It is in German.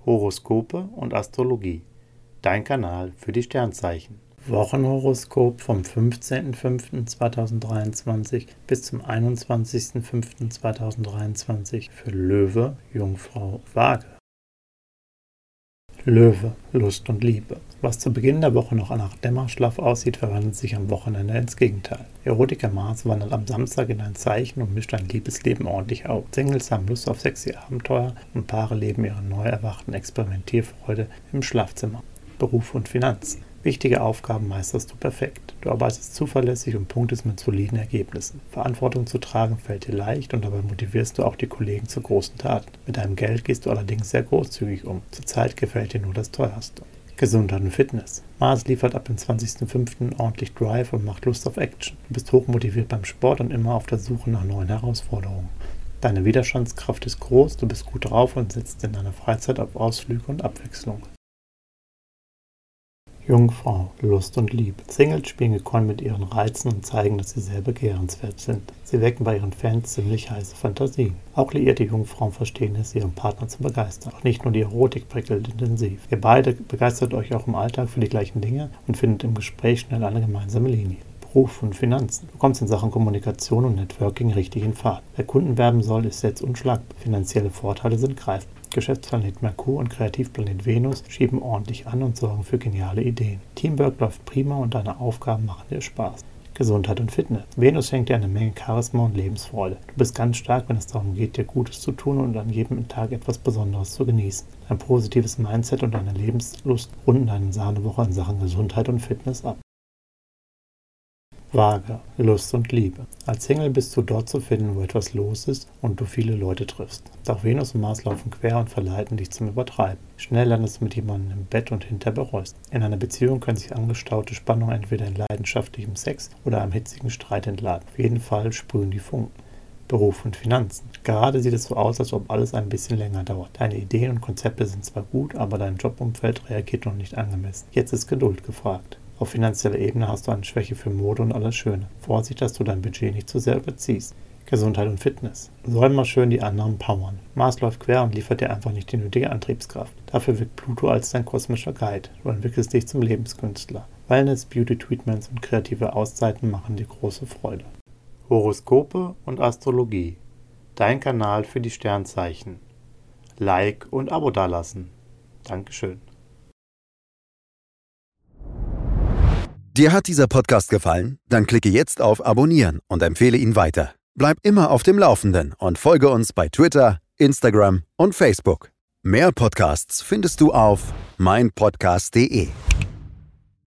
Horoskope und Astrologie. Dein Kanal für die Sternzeichen. Wochenhoroskop vom 15.05.2023 bis zum 21.05.2023 für Löwe, Jungfrau, Waage. Löwe, Lust und Liebe. Was zu Beginn der Woche noch nach Dämmerschlaf aussieht, verwandelt sich am Wochenende ins Gegenteil. Erotiker Mars wandert am Samstag in ein Zeichen und mischt ein Liebesleben ordentlich auf. Singles haben Lust auf sexy Abenteuer und Paare leben ihre neu erwachten Experimentierfreude im Schlafzimmer. Beruf und Finanzen. Wichtige Aufgaben meisterst du perfekt. Du arbeitest zuverlässig und punktest mit soliden Ergebnissen. Verantwortung zu tragen fällt dir leicht und dabei motivierst du auch die Kollegen zu großen Taten. Mit deinem Geld gehst du allerdings sehr großzügig um. Zurzeit gefällt dir nur das Teuerste. Gesundheit und Fitness. Mars liefert ab dem 20.05. ordentlich Drive und macht Lust auf Action. Du bist hochmotiviert beim Sport und immer auf der Suche nach neuen Herausforderungen. Deine Widerstandskraft ist groß, du bist gut drauf und setzt in deiner Freizeit auf Ausflüge und Abwechslung. Jungfrau, Lust und Liebe. Singles spielen gekonnt mit ihren Reizen und zeigen, dass sie sehr begehrenswert sind. Sie wecken bei ihren Fans ziemlich heiße Fantasien. Auch liierte Jungfrauen verstehen es, ihren Partner zu begeistern. Auch nicht nur die Erotik prickelt intensiv. Ihr beide begeistert euch auch im Alltag für die gleichen Dinge und findet im Gespräch schnell eine gemeinsame Linie. Beruf und Finanzen. Du kommst in Sachen Kommunikation und Networking richtig in Fahrt. Wer Kunden werben soll, ist jetzt unschlagbar. Finanzielle Vorteile sind greifbar. Geschäftsplanet Merkur und Kreativplanet Venus schieben ordentlich an und sorgen für geniale Ideen. Teamwork läuft prima und deine Aufgaben machen dir Spaß. Gesundheit und Fitness. Venus schenkt dir eine Menge Charisma und Lebensfreude. Du bist ganz stark, wenn es darum geht, dir Gutes zu tun und an jedem Tag etwas Besonderes zu genießen. Ein positives Mindset und deine Lebenslust runden deine Sahnewoche in Sachen Gesundheit und Fitness ab. Waage, Lust und Liebe. Als Single bist du dort zu finden, wo etwas los ist und du viele Leute triffst. Doch Venus und Mars laufen quer und verleiten dich zum Übertreiben. Schnell landest du mit jemandem im Bett und hinterher bereust. In einer Beziehung können sich angestaute Spannungen entweder in leidenschaftlichem Sex oder einem hitzigen Streit entladen. Auf jeden Fall sprühen die Funken. Beruf und Finanzen. Gerade sieht es so aus, als ob alles ein bisschen länger dauert. Deine Ideen und Konzepte sind zwar gut, aber dein Jobumfeld reagiert noch nicht angemessen. Jetzt ist Geduld gefragt. Auf finanzieller Ebene hast du eine Schwäche für Mode und alles Schöne. Vorsicht, dass du dein Budget nicht zu sehr überziehst. Gesundheit und Fitness. Sollen mal schön die anderen powern. Mars läuft quer und liefert dir einfach nicht die nötige Antriebskraft. Dafür wirkt Pluto als dein kosmischer Guide. Du entwickelst dich zum Lebenskünstler. Wellness, Beauty-Treatments und kreative Auszeiten machen dir große Freude. Horoskope und Astrologie. Dein Kanal für die Sternzeichen. Like und Abo dalassen. Dankeschön. Dir hat dieser Podcast gefallen? Dann klicke jetzt auf Abonnieren und empfehle ihn weiter. Bleib immer auf dem Laufenden und folge uns bei Twitter, Instagram und Facebook. Mehr Podcasts findest du auf meinpodcast.de.